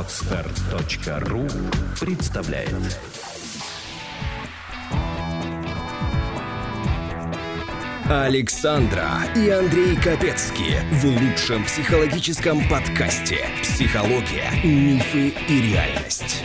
Podster.ru представляет. Александра и Андрей Капецки в лучшем психологическом подкасте «Психология, мифы и реальность».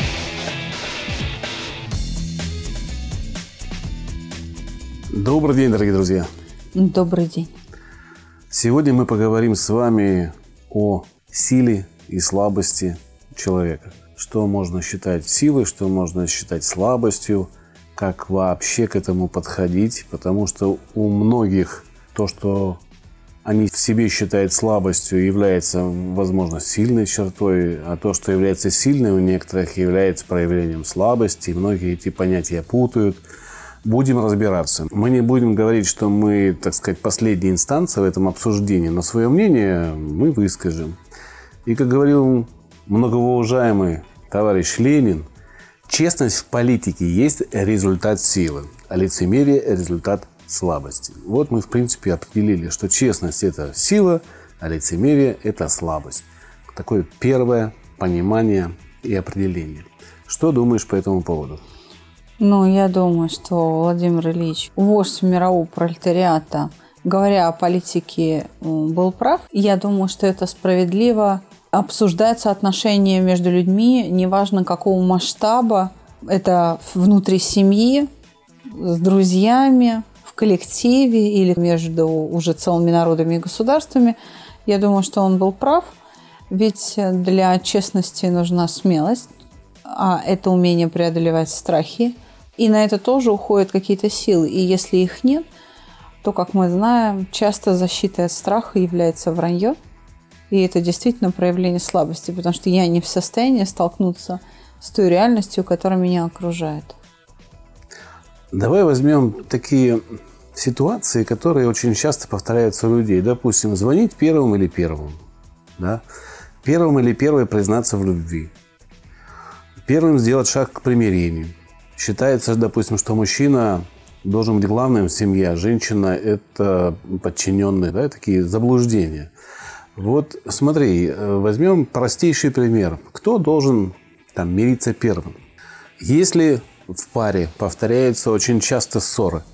Добрый день, дорогие друзья. Добрый день. Сегодня мы поговорим с вами о силе и слабости человека. Что можно считать силой, что можно считать слабостью, как вообще к этому подходить. Потому что у многих то, что они в себе считают слабостью, является, возможно, сильной чертой, а то, что является сильной, у некоторых является проявлением слабости. Многие эти понятия путают. Будем разбираться. Мы не будем говорить, что мы, так сказать, последняя инстанция в этом обсуждении, но свое мнение мы выскажем. И, как говорил многоуважаемый товарищ Ленин, честность в политике есть результат силы, а лицемерие – результат слабости. Вот мы, в принципе, определили, что честность – это сила, а лицемерие – это слабость. Такое первое понимание и определение. Что думаешь по этому поводу? Я думаю, что Владимир Ильич, вождь мирового пролетариата, говоря о политике, был прав. Я думаю, что это справедливо. Обсуждаются отношения между людьми, неважно какого масштаба. Это внутри семьи, с друзьями, в коллективе или между уже целыми народами и государствами. Я думаю, что он был прав. Ведь для честности нужна смелость, а это умение преодолевать страхи. И на это тоже уходят какие-то силы. И если их нет, то, как мы знаем, часто защитой от страха является вранье. И это действительно проявление слабости, потому что я не в состоянии столкнуться с той реальностью, которая меня окружает. Давай возьмем такие ситуации, которые очень часто повторяются у людей. Допустим, звонить первым или первым. Да? Первым или первой признаться в любви. Первым сделать шаг к примирению. Считается, допустим, что мужчина должен быть главным в семье, а женщина – это подчиненные, да, такие заблуждения. Вот смотри, возьмем простейший пример. Кто должен мириться первым? Если в паре повторяются очень часто ссоры,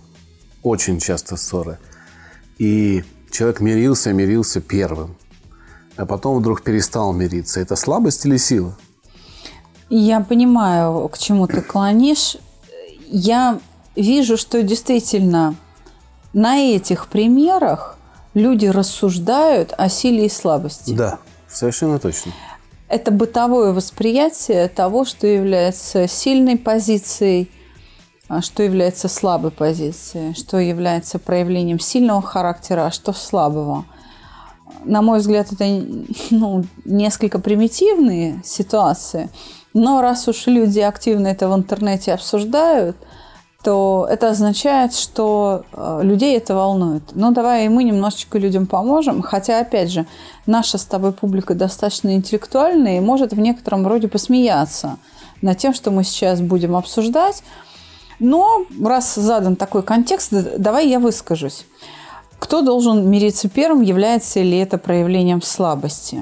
и человек мирился первым, а потом вдруг перестал мириться, это слабость или сила? Я понимаю, к чему ты клонишь. Я вижу, что действительно на этих примерах люди рассуждают о силе и слабости. Да, совершенно точно. Это бытовое восприятие того, что является сильной позицией, что является слабой позицией, что является проявлением сильного характера, а что слабого. На мой взгляд, это несколько примитивные ситуации. Но раз уж люди активно это в интернете обсуждают, то это означает, что людей это волнует. Давай и мы немножечко людям поможем. Хотя, опять же, наша с тобой публика достаточно интеллектуальная и может в некотором роде посмеяться над тем, что мы сейчас будем обсуждать. Но раз задан такой контекст, давай я выскажусь. Кто должен мириться первым, является ли это проявлением слабости?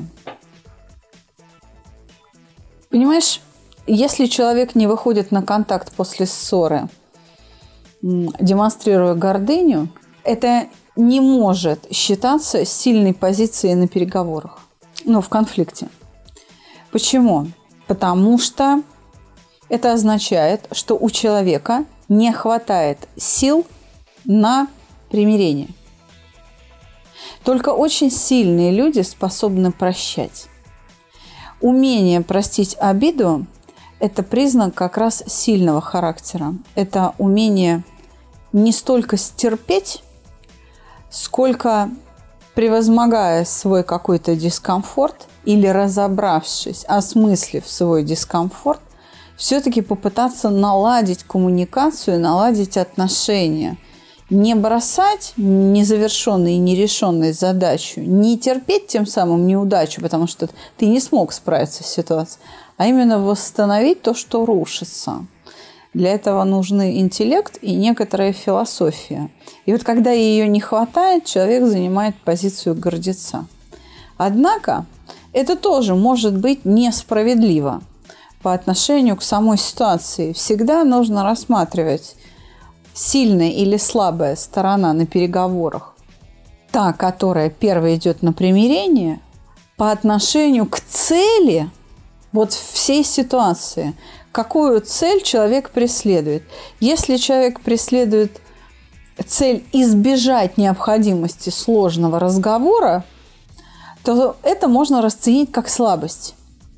Понимаешь, если человек не выходит на контакт после ссоры, демонстрируя гордыню, это не может считаться сильной позицией на переговорах, в конфликте. Почему? Потому что это означает, что у человека не хватает сил на примирение. Только очень сильные люди способны прощать. Умение простить обиду – это признак как раз сильного характера. Это умение не столько стерпеть, сколько, превозмогая свой какой-то дискомфорт или разобравшись, осмыслив свой дискомфорт, все-таки попытаться наладить коммуникацию, наладить отношения. Не бросать незавершенную и нерешенную задачу, не терпеть тем самым неудачу, потому что ты не смог справиться с ситуацией, а именно восстановить то, что рушится. Для этого нужны интеллект и некоторая философия. И вот когда ее не хватает, человек занимает позицию гордеца. Однако Это тоже может быть несправедливо по отношению к самой ситуации. Всегда нужно рассматривать сильная или слабая сторона на переговорах. Та, которая первая идет на примирение, по отношению к цели вот всей ситуации. Какую цель человек преследует? Если человек преследует цель избежать необходимости сложного разговора, то это можно расценить как слабость.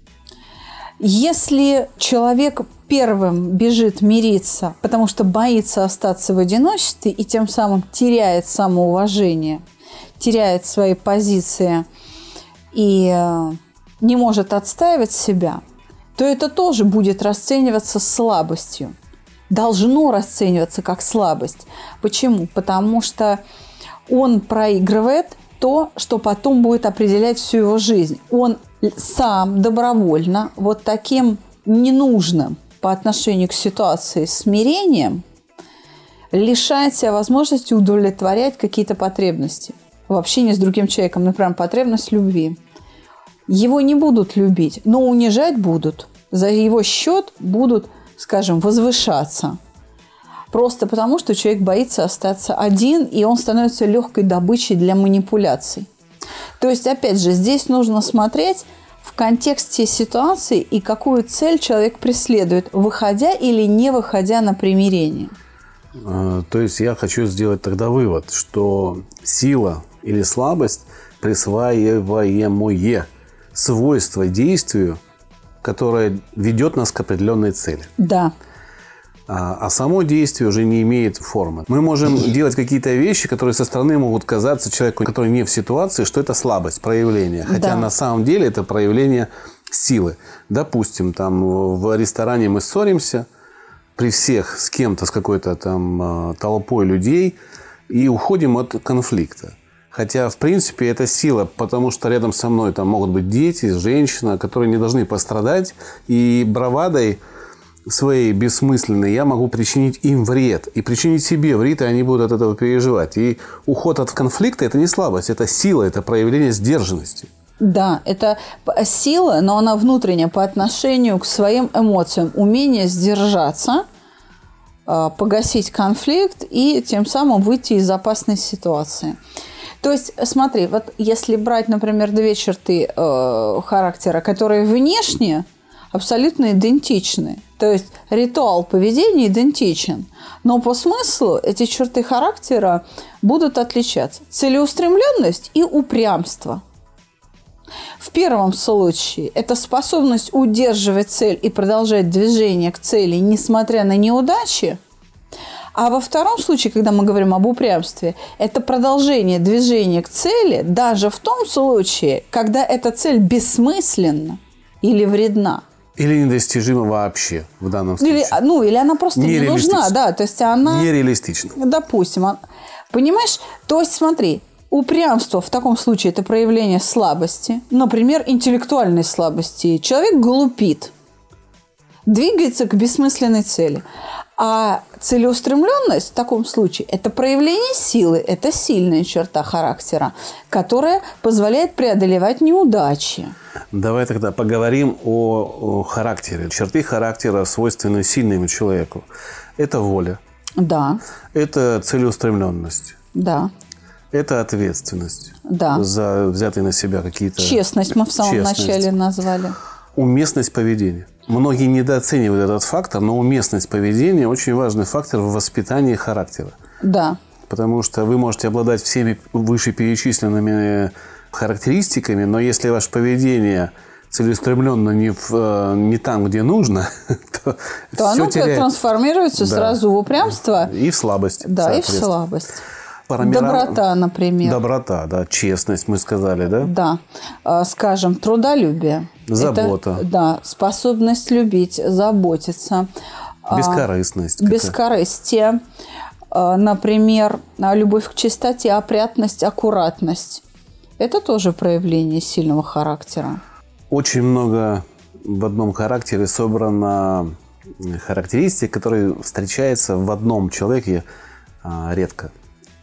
Если человек первым бежит мириться, потому что боится остаться в одиночестве и тем самым теряет самоуважение, теряет свои позиции и не может отстаивать себя, то это тоже будет расцениваться слабостью. Должно расцениваться как слабость. Почему? Потому что он проигрывает то, что потом будет определять всю его жизнь. Он сам добровольно вот таким ненужным по отношению к ситуации смирением лишает себя возможности удовлетворять какие-то потребности в общении с другим человеком. Например, потребность любви. Его не будут любить, но унижать будут. За его счет будут, скажем, возвышаться. Просто потому, что человек боится остаться один, и он становится легкой добычей для манипуляций. То есть, опять же, здесь нужно смотреть в контексте ситуации и какую цель человек преследует, выходя или не выходя на примирение. То есть я хочу сделать тогда вывод, что сила или слабость – присваиваемое свойство действию, которое ведет нас к определенной цели. Да. А само действие уже не имеет формы. Мы можем делать какие-то вещи, которые со стороны могут казаться человеку, который не в ситуации, что это слабость, проявление. Хотя на самом деле это проявление силы. Допустим, там в ресторане мы ссоримся при всех с кем-то, с какой-то там толпой людей и уходим от конфликта. Хотя, в принципе, это сила, потому что рядом со мной там могут быть дети, женщина, которые не должны пострадать. И бравадой своей бессмысленной я могу причинить им вред. И причинить себе вред, и они будут от этого переживать. И уход от конфликта – это не слабость, это сила, это проявление сдержанности. Да, это сила, но она внутренняя по отношению к своим эмоциям. Умение сдержаться, погасить конфликт и тем самым выйти из опасной ситуации. То есть, смотри, вот если брать, например, две черты характера, которые внешне абсолютно идентичны, то есть ритуал поведения идентичен, но по смыслу эти черты характера будут отличаться. Целеустремленность и упрямство. В первом случае это способность удерживать цель и продолжать движение к цели, несмотря на неудачи. А во втором случае, когда мы говорим об упрямстве, это продолжение движения к цели даже в том случае, когда эта цель бессмысленна или вредна. Или недостижима вообще в данном случае. Или она просто не нужна. Да, то есть она... Нереалистична. Допустим. Понимаешь? То есть смотри, упрямство в таком случае – это проявление слабости. Например, интеллектуальной слабости. Человек глупит, двигается к бессмысленной цели. А целеустремленность в таком случае – это проявление силы, это сильная черта характера, которая позволяет преодолевать неудачи. Давай тогда поговорим о характере. Черты характера свойственны сильному человеку. Это воля. Да. Это целеустремленность. Да. Это ответственность. Да. За взятые на себя какие-то... Честность мы в самом начале назвали. Уместность поведения. Многие недооценивают этот фактор, но уместность поведения – очень важный фактор в воспитании характера. Да. Потому что вы можете обладать всеми вышеперечисленными характеристиками, но если ваше поведение целеустремленно не там, где нужно, то оно трансформируется сразу в упрямство. И в слабость. Да, и в слабость. Доброта, например. Доброта, да. Честность, мы сказали, да? Да. Скажем, трудолюбие. Забота. Да. Способность любить, заботиться. Бескорыстность. Бескорыстие. Например, любовь к чистоте, опрятность, аккуратность. Это тоже проявление сильного характера. Очень много в одном характере собрано характеристик, которые встречаются в одном человеке редко.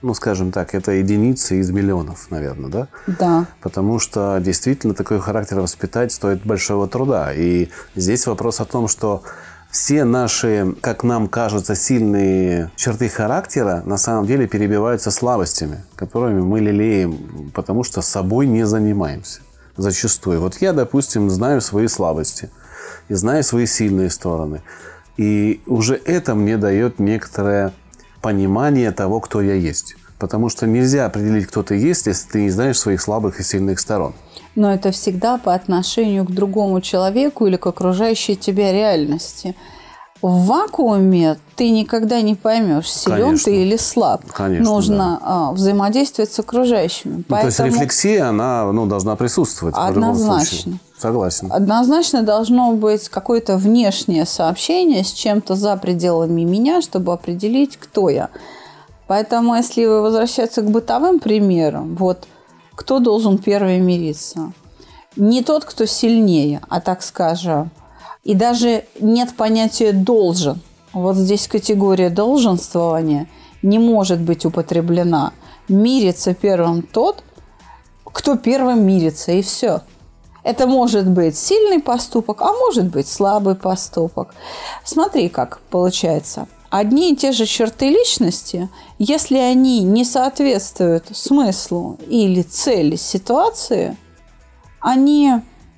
ну, скажем так, это единицы из миллионов, наверное, да? Да. Потому что действительно такой характер воспитать стоит большого труда. И здесь вопрос о том, что все наши, как нам кажется, сильные черты характера на самом деле перебиваются слабостями, которыми мы лелеем, потому что собой не занимаемся зачастую. Вот я, допустим, знаю свои слабости и знаю свои сильные стороны. И уже это мне дает некоторое понимание того, кто я есть. Потому что нельзя определить, кто ты есть, если ты не знаешь своих слабых и сильных сторон. Но это всегда по отношению к другому человеку или к окружающей тебя реальности. В вакууме ты никогда не поймешь, силен Конечно. ты или слаб. Конечно, нужно взаимодействовать с окружающими. Поэтому... То есть рефлексия, она должна присутствовать. Однозначно. Согласен. Однозначно должно быть какое-то внешнее сообщение с чем-то за пределами меня, чтобы определить, кто я. Поэтому, если возвращаться к бытовым примерам, вот кто должен первый мириться? Не тот, кто сильнее, а, так скажем, и даже нет понятия «должен». Вот здесь категория долженствования не может быть употреблена. Мирится первым тот, кто первым мирится, и все. Это может быть сильный поступок, а может быть слабый поступок. Смотри, как получается. Одни и те же черты личности, если они не соответствуют смыслу или цели ситуации, они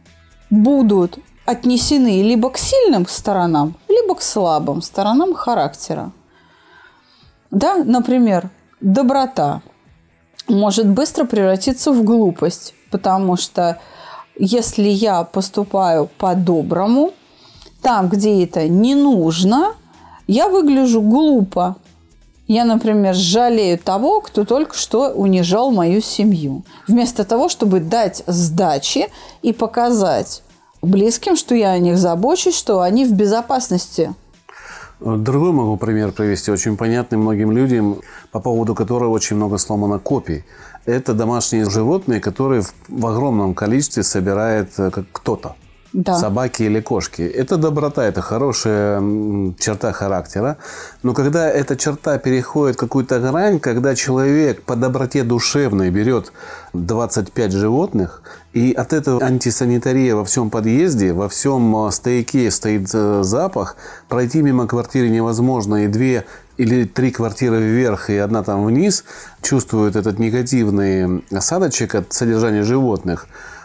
будут отнесены либо к сильным сторонам, либо к слабым сторонам характера. Да, например, доброта может быстро превратиться в глупость, потому что если я поступаю по-доброму, там, где это не нужно, я выгляжу глупо. Я, например, жалею того, кто только что унижал мою семью. Вместо того, чтобы дать сдачи и показать близким, что я о них забочусь, что они в безопасности. Другой могу пример привести, очень понятный многим людям, по поводу которого очень много сломано копий. Это домашние животные, которые в огромном количестве собирает кто-то. Да. Собаки или кошки. Это доброта, это хорошая черта характера. Но когда эта черта переходит какую-то грань, когда человек по доброте душевной берет 25 животных, и от этого антисанитария во всем подъезде, во всем стояке стоит запах, пройти мимо квартиры невозможно, и 2 или 3 квартиры вверх и 1 там вниз чувствуют этот негативный осадочек от содержания животных,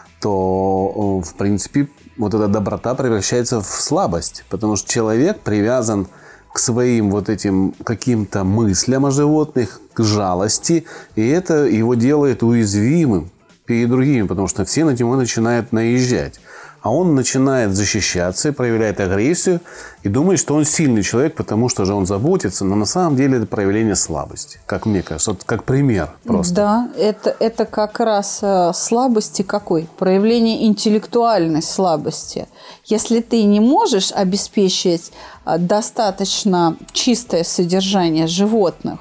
то, в принципе, вот эта доброта превращается в слабость, потому что человек привязан к своим вот этим каким-то мыслям о животных, к жалости, и это его делает уязвимым перед другими, потому что все на него начинают наезжать. А он начинает защищаться, проявляет агрессию и думает, что он сильный человек, потому что же он заботится. Но на самом деле это проявление слабости, как мне кажется. Вот как пример просто. Да, это как раз слабости какой? Проявление интеллектуальной слабости. Если ты не можешь обеспечить достаточно чистое содержание животных,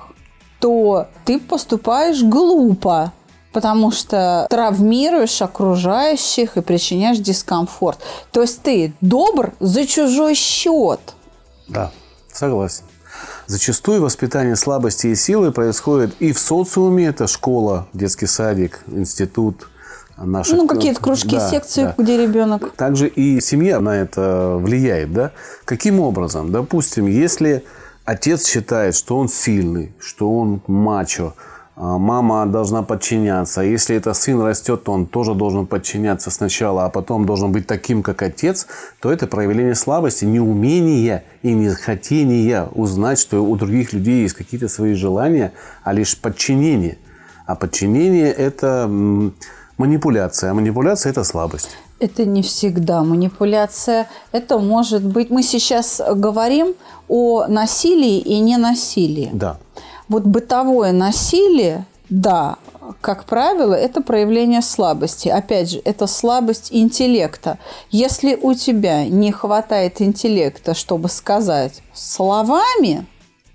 то ты поступаешь глупо. Потому что травмируешь окружающих и причиняешь дискомфорт. То есть ты добр за чужой счет. Да, согласен. Зачастую воспитание слабости и силы происходит и в социуме. Это школа, детский садик, институт. Какие-то кружки, секции, где ребенок. Также и семья на это влияет. Да? Каким образом? Допустим, если отец считает, что он сильный, что он мачо, мама должна подчиняться. Если это сын растет, то он тоже должен подчиняться сначала, а потом должен быть таким, как отец, то это проявление слабости, неумения и нехотения узнать, что у других людей есть какие-то свои желания, а лишь подчинение. А подчинение – это манипуляция, а манипуляция – это слабость. Это не всегда манипуляция. Это может быть… Мы сейчас говорим о насилии и ненасилии. Да. Вот бытовое насилие, да, как правило, это проявление слабости. Опять же, это слабость интеллекта. Если у тебя не хватает интеллекта, чтобы сказать словами,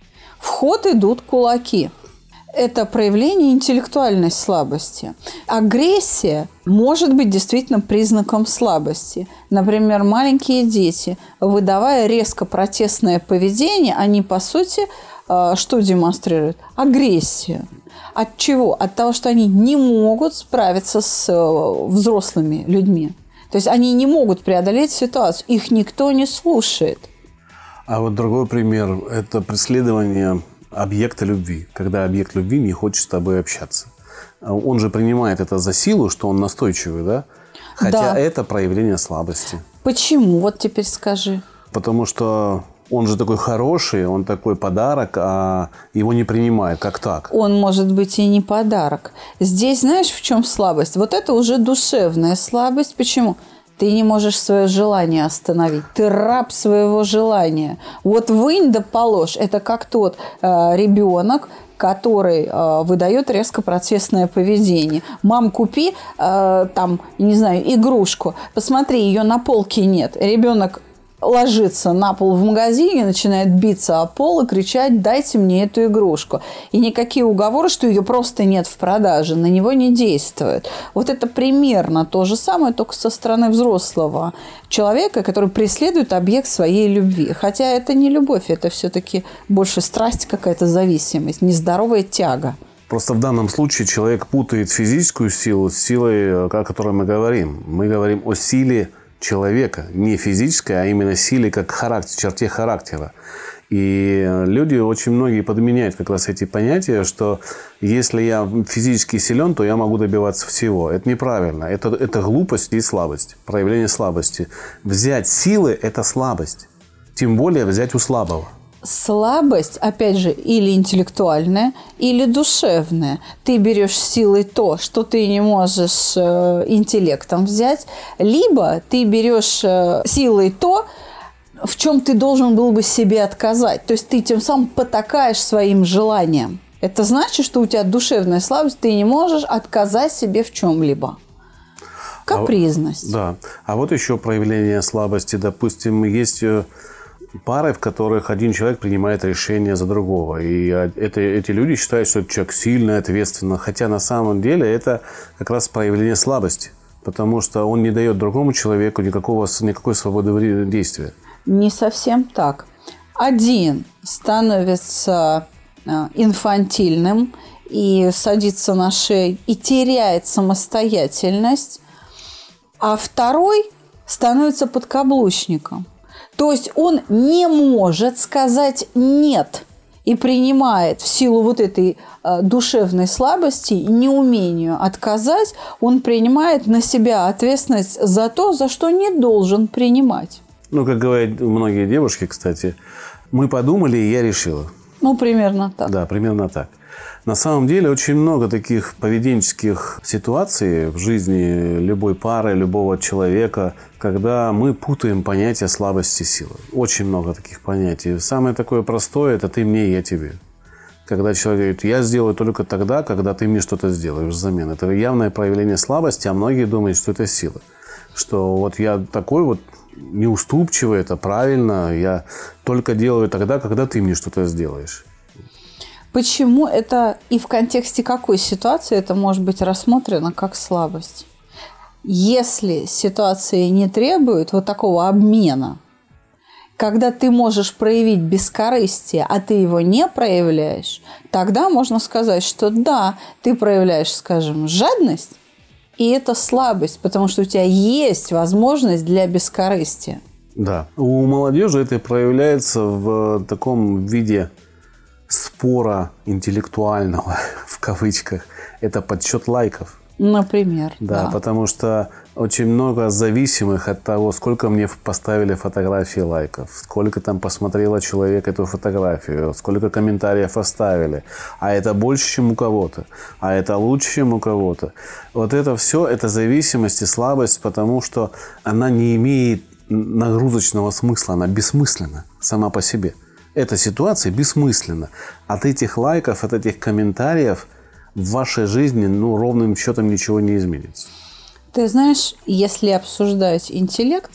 в ход идут кулаки. Это проявление интеллектуальной слабости. Агрессия может быть действительно признаком слабости. Например, маленькие дети, выдавая резко протестное поведение, они, по сути, что демонстрируют? Агрессию. От чего? От того, что они не могут справиться с взрослыми людьми. То есть они не могут преодолеть ситуацию. Их никто не слушает. А вот другой пример – это преследование объекта любви. Когда объект любви не хочет с тобой общаться. Он же принимает это за силу, что он настойчивый, да? Хотя да. Это проявление слабости. Почему? Вот теперь скажи. Потому что он же такой хороший, он такой подарок, а его не принимает. Как так? Он может быть и не подарок. Здесь знаешь, в чем слабость? Вот это уже душевная слабость. Почему? Ты не можешь свое желание остановить. Ты раб своего желания. Вот вынь да положь. Это как тот ребенок, который выдает резко процессное поведение. Мам, купи там, не знаю, игрушку. Посмотри, ее на полке нет. Ребенок ложится на пол в магазине, начинает биться о пол и кричать: дайте мне эту игрушку. И никакие уговоры, что ее просто нет в продаже, на него не действуют. Вот это примерно то же самое, только со стороны взрослого человека, который преследует объект своей любви. Хотя это не любовь, это все-таки больше страсть, какая-то зависимость, нездоровая тяга. Просто в данном случае человек путает физическую силу с силой, о которой мы говорим. Мы говорим о силе человека, не физической, а именно силе как характер, черте характера. И люди очень многие подменяют как раз эти понятия, что если я физически силен, то я могу добиваться всего. Это неправильно. Это глупость и слабость, проявление слабости. Взять силы – это слабость. Тем более взять у слабого. Слабость, опять же, или интеллектуальная, или душевная. Ты берешь силой то, что ты не можешь интеллектом взять, либо ты берешь силой то, в чем ты должен был бы себе отказать. То есть ты тем самым потакаешь своим желаниям. Это значит, что у тебя душевная слабость, ты не можешь отказать себе в чем-либо. Капризность. Да. А вот еще проявление слабости. Допустим, есть пары, в которых один человек принимает решение за другого. И эти люди считают, что этот человек сильный, ответственный. Хотя на самом деле это как раз проявление слабости. Потому что он не дает другому человеку никакой свободы действия. Не совсем так. Один становится инфантильным и садится на шею и теряет самостоятельность, а второй становится подкаблучником. То есть он не может сказать «нет» и принимает в силу вот этой душевной слабости, неумению отказать, он принимает на себя ответственность за то, за что не должен принимать. Ну, как говорят многие девушки, кстати, мы подумали, и я решила. Ну, примерно так. Да, примерно так. На самом деле очень много таких поведенческих ситуаций в жизни любой пары, любого человека, когда мы путаем понятие слабости и силы. Очень много таких понятий. Самое такое простое – это ты мне, я тебе. Когда человек говорит: я сделаю только тогда, когда ты мне что-то сделаешь взамен. Это явное проявление слабости, а многие думают, что это сила. Что вот я такой вот неуступчивый, это правильно, я только делаю тогда, когда ты мне что-то сделаешь. Почему это и в контексте какой ситуации это может быть рассмотрено как слабость? Если ситуация не требует вот такого обмена, когда ты можешь проявить бескорыстие, а ты его не проявляешь, тогда можно сказать, что да, ты проявляешь, скажем, жадность, и это слабость, потому что у тебя есть возможность для бескорыстия. Да. У молодежи это проявляется в таком виде спора интеллектуального, в кавычках. Это подсчет лайков. Например. Да, потому что очень много зависимых от того, сколько мне поставили фотографии лайков, сколько там посмотрело человек эту фотографию, сколько комментариев оставили. А это больше, чем у кого-то. А это лучше, чем у кого-то. Вот это все, это зависимость и слабость, потому что она не имеет нагрузочного смысла, она бессмысленна сама по себе. Эта ситуация бессмысленна. От этих лайков, от этих комментариев в вашей жизни ровным счетом ничего не изменится. Ты знаешь, если обсуждать интеллект,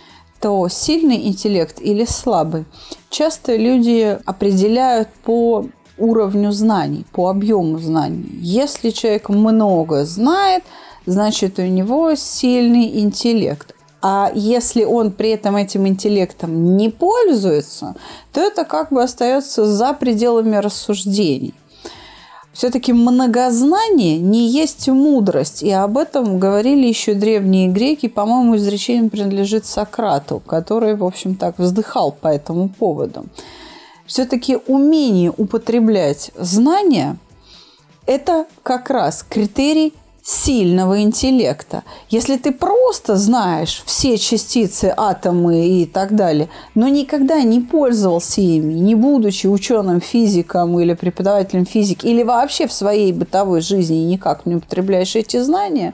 то сильный интеллект или слабый часто люди определяют по уровню знаний, по объему знаний. Если человек много знает, значит, у него сильный интеллект. А если он при этом этим интеллектом не пользуется, то это как бы остается за пределами рассуждений. Все-таки многознание не есть мудрость, и об этом говорили еще древние греки. По-моему, изречение принадлежит Сократу, который, в общем, так вздыхал по этому поводу. Все-таки умение употреблять знания – это как раз критерий сильного интеллекта. Если ты просто знаешь все частицы, атомы и так далее, но никогда не пользовался ими, не будучи ученым физиком или преподавателем физики, или вообще в своей бытовой жизни никак не употребляешь эти знания,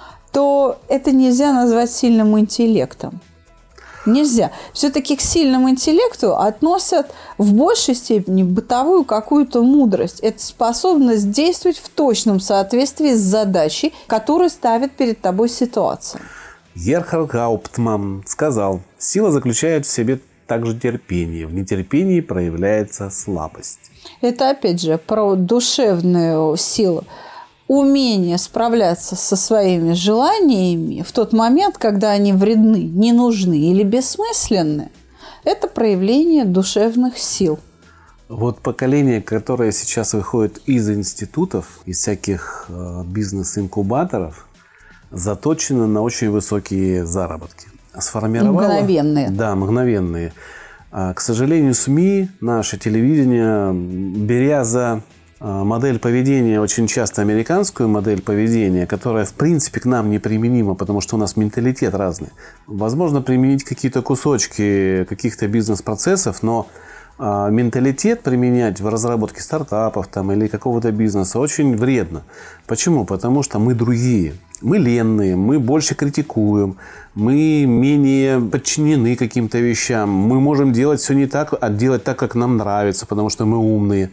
то это нельзя назвать сильным интеллектом. Нельзя. Все-таки к сильному интеллекту относят в большей степени бытовую какую-то мудрость. Это способность действовать в точном соответствии с задачей, которую ставит перед тобой ситуация. Герхард Гауптман сказал: сила заключает в себе также терпение. В нетерпении проявляется слабость. Это опять же про душевную силу. Умение справляться со своими желаниями в тот момент, когда они вредны, не нужны или бессмысленны, это проявление душевных сил. Вот поколение, которое сейчас выходит из институтов, из всяких бизнес-инкубаторов, заточено на очень высокие заработки. Мгновенные. Да, мгновенные. К сожалению, СМИ, наше телевидение, беря за модель поведения, очень часто американскую модель поведения, которая, в принципе, к нам неприменима, потому что у нас менталитет разный. Возможно, применить какие-то кусочки каких-то бизнес-процессов, но менталитет применять в разработке стартапов там, или какого-то бизнеса очень вредно. Почему? Потому что мы другие. Мы ленные, мы больше критикуем, мы менее подчинены каким-то вещам. Мы можем делать все не так, а делать так, как нам нравится, потому что мы умные.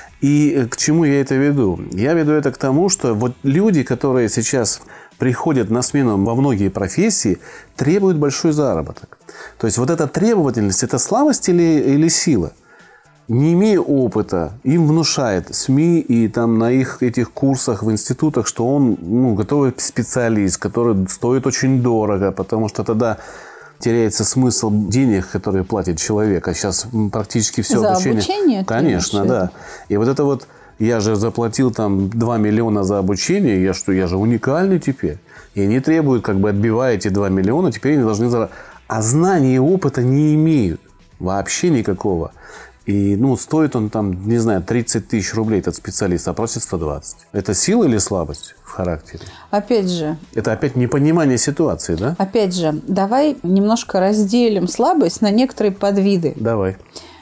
И к чему я это веду? Я веду это к тому, что вот люди, которые сейчас приходят на смену во многие профессии, требуют большой заработок. То есть вот эта требовательность – это слабость или сила? Не имея опыта, им внушает СМИ и там на их этих курсах в институтах, что он готовый специалист, который стоит очень дорого, потому что тогда теряется смысл денег, которые платит человек. А сейчас практически все за обучение. Конечно, да. И вот это вот, я же заплатил там 2 миллиона за обучение, я же уникальный теперь. И они требуют, как бы отбивая эти 2 миллиона, теперь они должны заработать. А знаний и опыта не имеют. Вообще никакого. И, стоит он там, не знаю, 30 тысяч рублей этот специалист, а просит 120. Это сила или слабость в характере? Опять же. Это опять непонимание ситуации, да? Опять же, давай немножко разделим слабость на некоторые подвиды. Давай.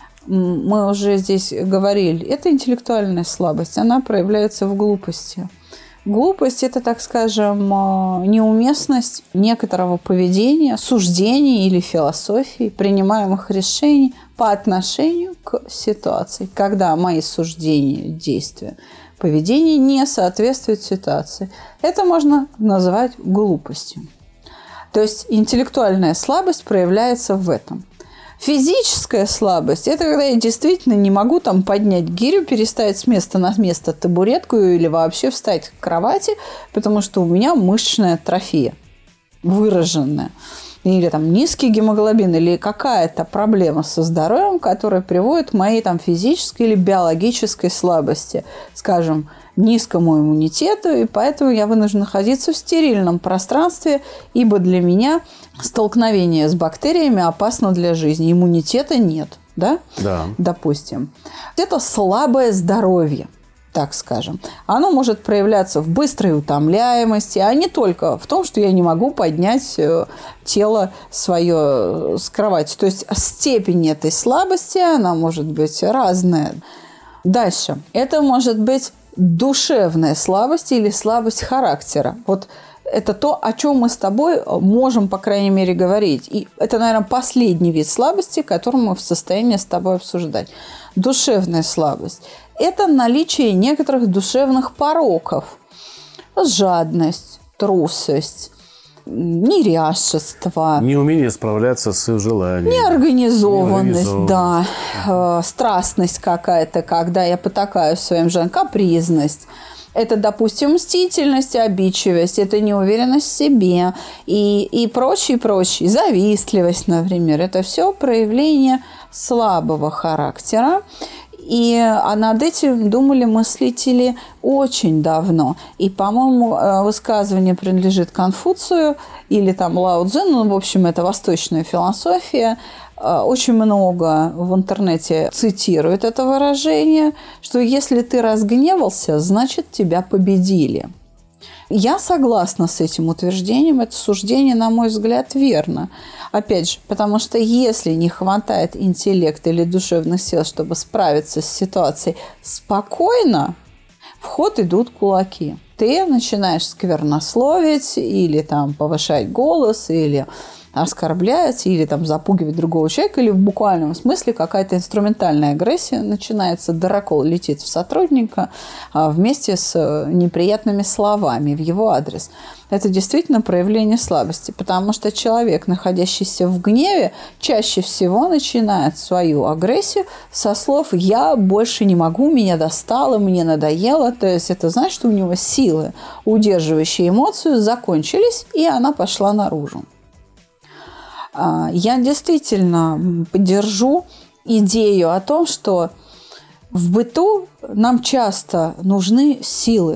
Мы уже здесь говорили. Это интеллектуальная слабость. Она проявляется в глупости. Глупость – это, так скажем, неуместность некоторого поведения, суждений или философии, принимаемых решений по отношению к ситуации, когда мои суждения, действия, поведение не соответствует ситуации. Это можно назвать глупостью. То есть интеллектуальная слабость проявляется в этом. Физическая слабость – это когда я действительно не могу там поднять гирю, переставить с места на место табуретку или вообще встать к кровати, потому что у меня мышечная атрофия выраженная. Или там низкий гемоглобин, или какая-то проблема со здоровьем, которая приводит к моей там физической или биологической слабости, скажем, низкому иммунитету, и поэтому я вынуждена находиться в стерильном пространстве, ибо для меня столкновение с бактериями опасно для жизни. Иммунитета нет, да? Да. Допустим. Это слабое здоровье, так скажем. Оно может проявляться в быстрой утомляемости, а не только в том, что я не могу поднять тело свое с кровати. То есть степень этой слабости, она может быть разная. Дальше. Это может быть душевная слабость или слабость характера. Вот это то, о чем мы с тобой можем, по крайней мере, говорить. И это, наверное, последний вид слабости, который мы в состоянии с тобой обсуждать. Душевная слабость – это наличие некоторых душевных пороков. Жадность, трусость, неряшество. Неумение справляться с желанием. Неорганизованность, да. Страстность какая-то, когда я потакаю своим желаниям, капризность. Это, допустим, мстительность, обидчивость, это неуверенность в себе и прочее. Завистливость, например. Это все проявление слабого характера. А над этим думали мыслители очень давно. И, по-моему, высказывание принадлежит Конфуцию или там Лао Цзы, в общем, это восточная философия. Очень много в интернете цитируют это выражение, что если ты разгневался, значит, тебя победили. Я согласна с этим утверждением. Это суждение, на мой взгляд, верно. Опять же, потому что если не хватает интеллекта или душевных сил, чтобы справиться с ситуацией спокойно, в ход идут кулаки. Ты начинаешь сквернословить или там повышать голос, или оскорблять, или там запугивать другого человека, или в буквальном смысле какая-то инструментальная агрессия начинается, дырокол летит в сотрудника вместе с неприятными словами в его адрес. Это действительно проявление слабости, потому что человек, находящийся в гневе, чаще всего начинает свою агрессию со слов «я больше не могу, меня достало, мне надоело». То есть это значит, что у него силы, удерживающие эмоцию, закончились, и она пошла наружу. Я действительно поддержу идею о том, что в быту нам часто нужны силы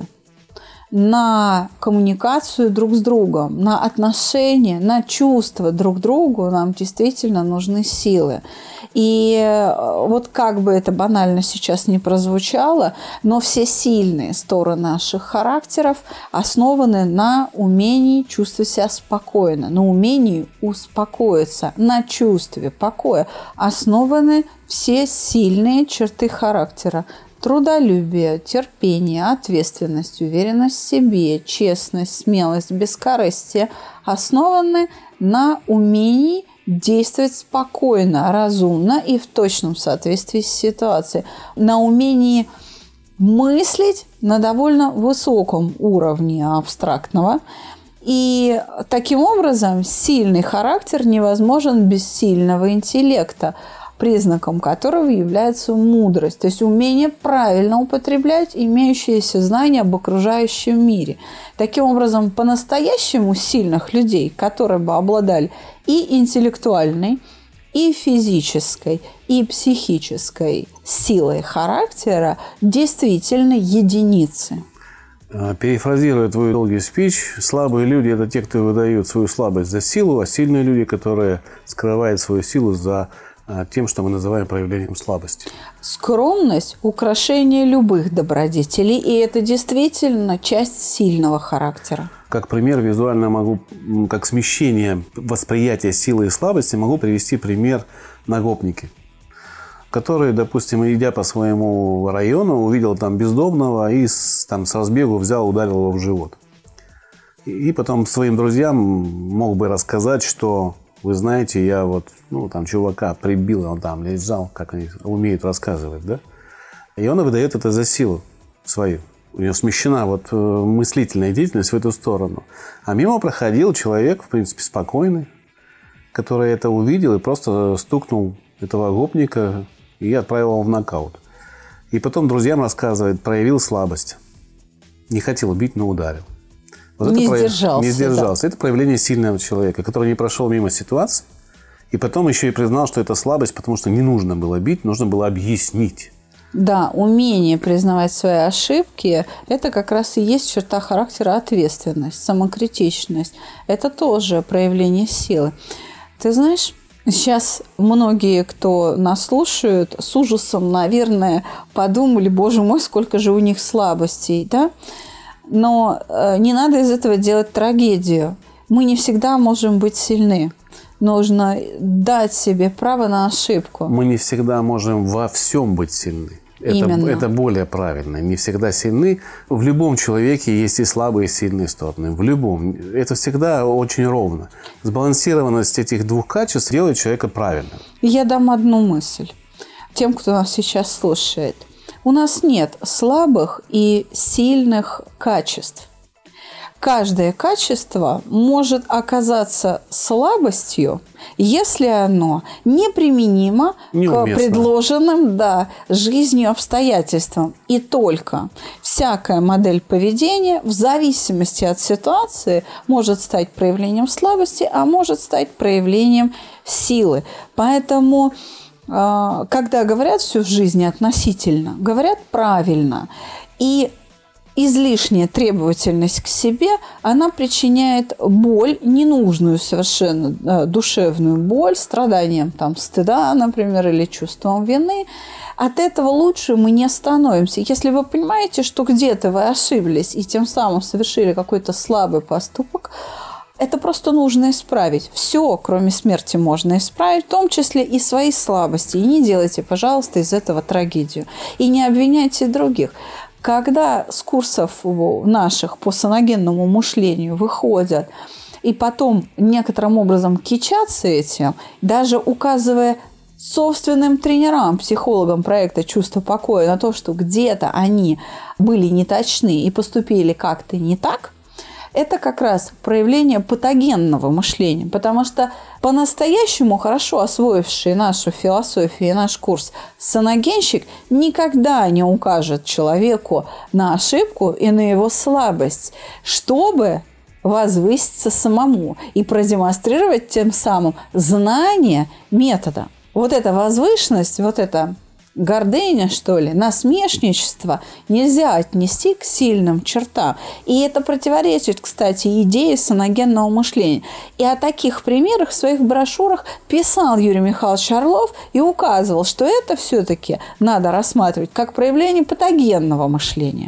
на коммуникацию друг с другом, на отношения, на чувства друг к другу нам действительно нужны силы. И вот как бы это банально сейчас не прозвучало, но все сильные стороны наших характеров основаны на умении чувствовать себя спокойно, на умении успокоиться, на чувстве покоя основаны все сильные черты характера. Трудолюбие, терпение, ответственность, уверенность в себе, честность, смелость, бескорыстие основаны на умении действовать спокойно, разумно и в точном соответствии с ситуацией, на умении мыслить на довольно высоком уровне абстрактного. И таким образом сильный характер невозможен без сильного интеллекта, признаком которого является мудрость, то есть умение правильно употреблять имеющиеся знания об окружающем мире. Таким образом, по-настоящему сильных людей, которые бы обладали и интеллектуальной, и физической, и психической силой характера, действительно единицы. Перефразируя твой долгий спич, слабые люди – это те, кто выдают свою слабость за силу, а сильные люди, которые скрывают свою силу за тем, что мы называем проявлением слабости. Скромность – украшение любых добродетелей, и это действительно часть сильного характера. Как пример визуально могу, как смещение восприятия силы и слабости, могу привести пример нагопники, которые, допустим, идя по своему району, увидел там бездомного и с разбегу взял, ударил его в живот. И потом своим друзьям мог бы рассказать, что вы знаете, я чувака прибил, он там лежал, как они умеют рассказывать, да? И он выдает это за силу свою. У него смещена мыслительная деятельность в эту сторону. А мимо проходил человек, в принципе, спокойный, который это увидел и просто стукнул этого гопника и отправил его в нокаут. И потом друзьям рассказывает, проявил слабость. Не хотел бить, но ударил. Не сдержался. Да. Это проявление сильного человека, который не прошел мимо ситуации, и потом еще и признал, что это слабость, потому что не нужно было бить, нужно было объяснить. Да, умение признавать свои ошибки – это как раз и есть черта характера ответственность, самокритичность. Это тоже проявление силы. Ты знаешь, сейчас многие, кто нас слушают, с ужасом, наверное, подумали, боже мой, сколько же у них слабостей, да? Но не надо из этого делать трагедию. Мы не всегда можем быть сильны. Нужно дать себе право на ошибку. Мы не всегда можем во всем быть сильны. Это более правильно. Не всегда сильны. В любом человеке есть и слабые, и сильные стороны. В любом. Это всегда очень ровно. Сбалансированность этих двух качеств делает человека правильным. Я дам одну мысль тем, кто нас сейчас слушает. У нас нет слабых и сильных качеств. каждое качество может оказаться слабостью, если оно неприменимо к предложенным жизнью обстоятельствам. И только всякая модель поведения в зависимости от ситуации может стать проявлением слабости, а может стать проявлением силы. Поэтому, когда говорят всю в жизни относительно, говорят правильно. И излишняя требовательность к себе, она причиняет боль, ненужную совершенно душевную боль, страданием стыда, например, или чувством вины. От этого лучше мы не становимся. Если вы понимаете, что где-то вы ошиблись и тем самым совершили какой-то слабый поступок, это просто нужно исправить. Все, кроме смерти, можно исправить, в том числе и свои слабости. И не делайте, пожалуйста, из этого трагедию. И не обвиняйте других. Когда с курсов наших по саногенному мышлению выходят и потом некоторым образом кичатся этим, даже указывая собственным тренерам, психологам проекта «Чувство покоя» на то, что где-то они были неточны и поступили как-то не так, это как раз проявление патогенного мышления, потому что по-настоящему хорошо освоивший нашу философию и наш курс саногенщик никогда не укажет человеку на ошибку и на его слабость, чтобы возвыситься самому и продемонстрировать тем самым знание метода. Вот эта возвышенность, вот эта гордыня, что ли, насмешничество нельзя отнести к сильным чертам. И это противоречит, кстати, идее саногенного мышления. И о таких примерах в своих брошюрах писал Юрий Михайлович Орлов и указывал, что это все-таки надо рассматривать как проявление патогенного мышления.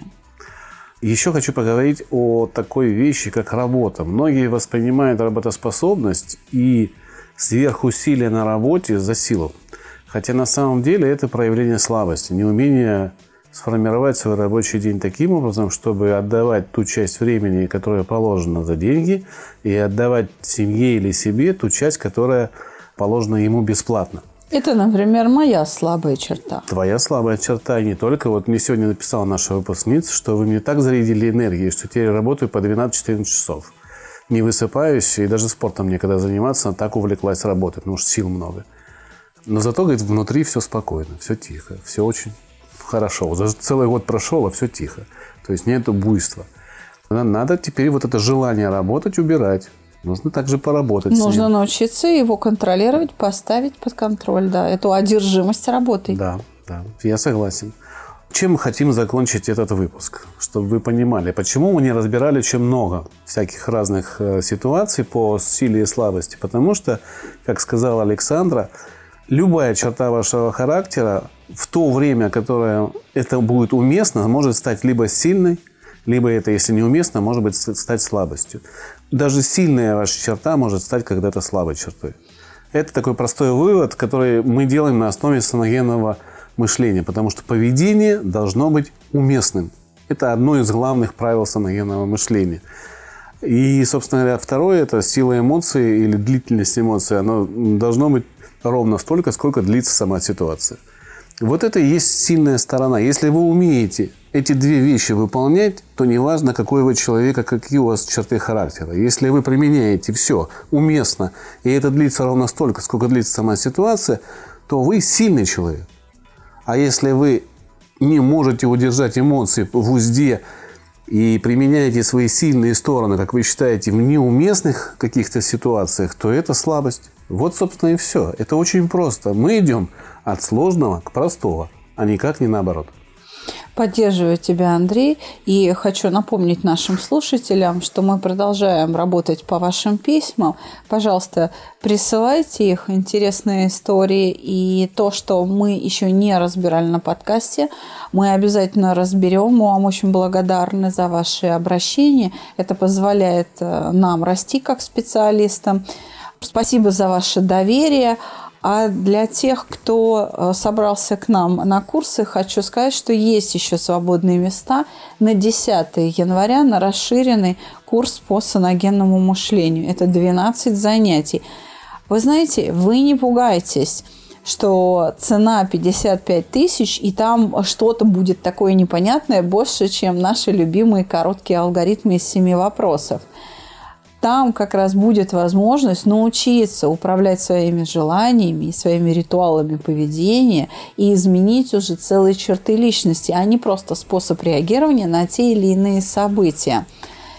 Еще хочу поговорить о такой вещи, как работа. Многие воспринимают работоспособность и сверхусилие на работе за силу. Хотя на самом деле это проявление слабости, неумение сформировать свой рабочий день таким образом, чтобы отдавать ту часть времени, которая положена за деньги, и отдавать семье или себе ту часть, которая положена ему бесплатно. Это, например, моя слабая черта. Твоя слабая черта, и не только. Вот мне сегодня написала наша выпускница, что вы мне так зарядили энергией, что теперь работаю по 12-14 часов. Не высыпаюсь, и даже спортом некогда заниматься, так увлеклась работой, потому что сил много. Но зато, говорит, внутри все спокойно, все тихо, все очень хорошо. Уже целый год прошел, а все тихо. То есть нету буйства. Надо теперь вот это желание работать убирать. Нужно также поработать. Нужно научиться его контролировать, поставить под контроль, эту одержимость работой. Да, я согласен. Чем мы хотим закончить этот выпуск? Чтобы вы понимали, почему мы не разбирали очень много всяких разных ситуаций по силе и слабости. Потому что, как сказала Александра, любая черта вашего характера в то время, которое это будет уместно, может стать либо сильной, либо это, если неуместно, может быть стать слабостью. Даже сильная ваша черта может стать когда-то слабой чертой. Это такой простой вывод, который мы делаем на основе саногенного мышления, потому что поведение должно быть уместным. Это одно из главных правил саногенного мышления. И, собственно говоря, второе – это сила эмоций или длительность эмоций. Оно должно быть ровно столько, сколько длится сама ситуация. Вот это и есть сильная сторона. Если вы умеете эти две вещи выполнять, то неважно, какой вы человек, а какие у вас черты характера. Если вы применяете все уместно, и это длится ровно столько, сколько длится сама ситуация, то вы сильный человек. А если вы не можете удержать эмоции в узде и применяете свои сильные стороны, как вы считаете, в неуместных каких-то ситуациях, то это слабость. Вот, собственно, и все. Это очень просто. Мы идем от сложного к простому, а никак не наоборот. Поддерживаю тебя, Андрей, и хочу напомнить нашим слушателям, что мы продолжаем работать по вашим письмам. Пожалуйста, присылайте их, интересные истории, и то, что мы еще не разбирали на подкасте, мы обязательно разберем. Мы вам очень благодарны за ваши обращения. Это позволяет нам расти как специалистам. Спасибо за ваше доверие. А для тех, кто собрался к нам на курсы, хочу сказать, что есть еще свободные места на 10 января на расширенный курс по саногенному мышлению. Это 12 занятий. Вы знаете, вы не пугайтесь, что цена 55 тысяч, и там что-то будет такое непонятное, больше, чем наши любимые короткие алгоритмы из 7 вопросов. Там как раз будет возможность научиться управлять своими желаниями и своими ритуалами поведения и изменить уже целые черты личности, а не просто способ реагирования на те или иные события.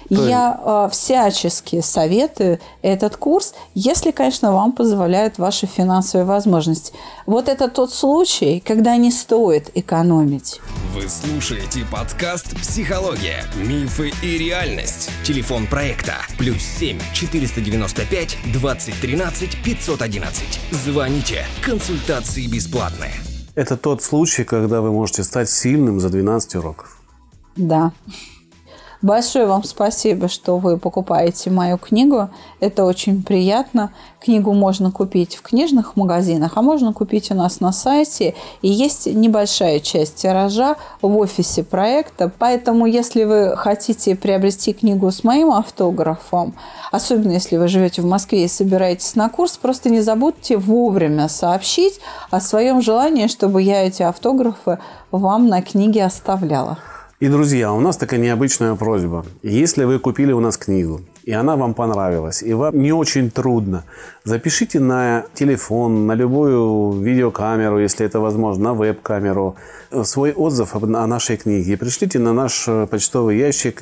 Я всячески советую этот курс, если, конечно, вам позволяют ваши финансовые возможности. Вот это тот случай, когда не стоит экономить. Вы слушаете подкаст «Психология. Мифы и реальность». Телефон проекта +7 495 2013 511. Звоните. Консультации бесплатные. Это тот случай, когда вы можете стать сильным за 12 уроков. Да. Большое вам спасибо, что вы покупаете мою книгу. Это очень приятно. Книгу можно купить в книжных магазинах, а можно купить у нас на сайте. И есть небольшая часть тиража в офисе проекта. Поэтому, если вы хотите приобрести книгу с моим автографом, особенно если вы живете в Москве и собираетесь на курс, просто не забудьте вовремя сообщить о своем желании, чтобы я эти автографы вам на книге оставляла. И, друзья, у нас такая необычная просьба. Если вы купили у нас книгу, и она вам понравилась, и вам не очень трудно, запишите на телефон, на любую видеокамеру, если это возможно, на веб-камеру, свой отзыв о нашей книге и пришлите на наш почтовый ящик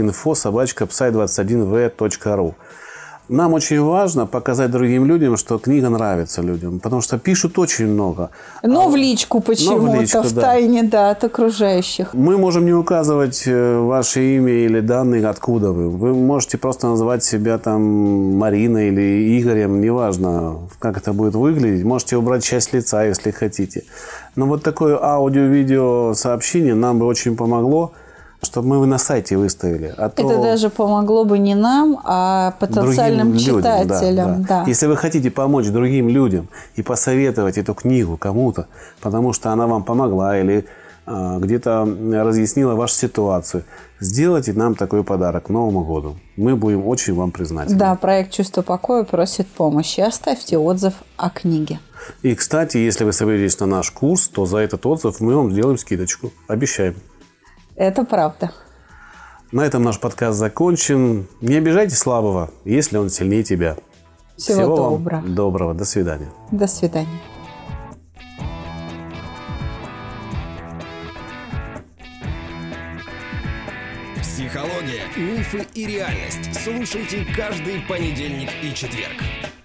info@psi21v.ru. Нам очень важно показать другим людям, что книга нравится людям, потому что пишут очень много. Но в личку почему-то, в тайне, да, от окружающих. Мы можем не указывать ваше имя или данные, откуда вы. Вы можете просто назвать себя там Мариной или Игорем, неважно, как это будет выглядеть. Можете убрать часть лица, если хотите. Но вот такое аудио-видео сообщение нам бы очень помогло, чтобы мы на сайте выставили. Это даже помогло бы не нам, а потенциальным читателям. Да. Если вы хотите помочь другим людям и посоветовать эту книгу кому-то, потому что она вам помогла или где-то разъяснила вашу ситуацию, сделайте нам такой подарок к Новому году. Мы будем очень вам признательны. Да, проект «Чувство покоя» просит помощи. Оставьте отзыв о книге. И, кстати, если вы соберетесь на наш курс, то за этот отзыв мы вам сделаем скидочку. Обещаем. Это правда. На этом наш подкаст закончен. Не обижайте слабого, если он сильнее тебя. Всего доброго. Вам доброго. До свидания. До свидания. Психология, мифы и реальность. Слушайте каждый понедельник и четверг.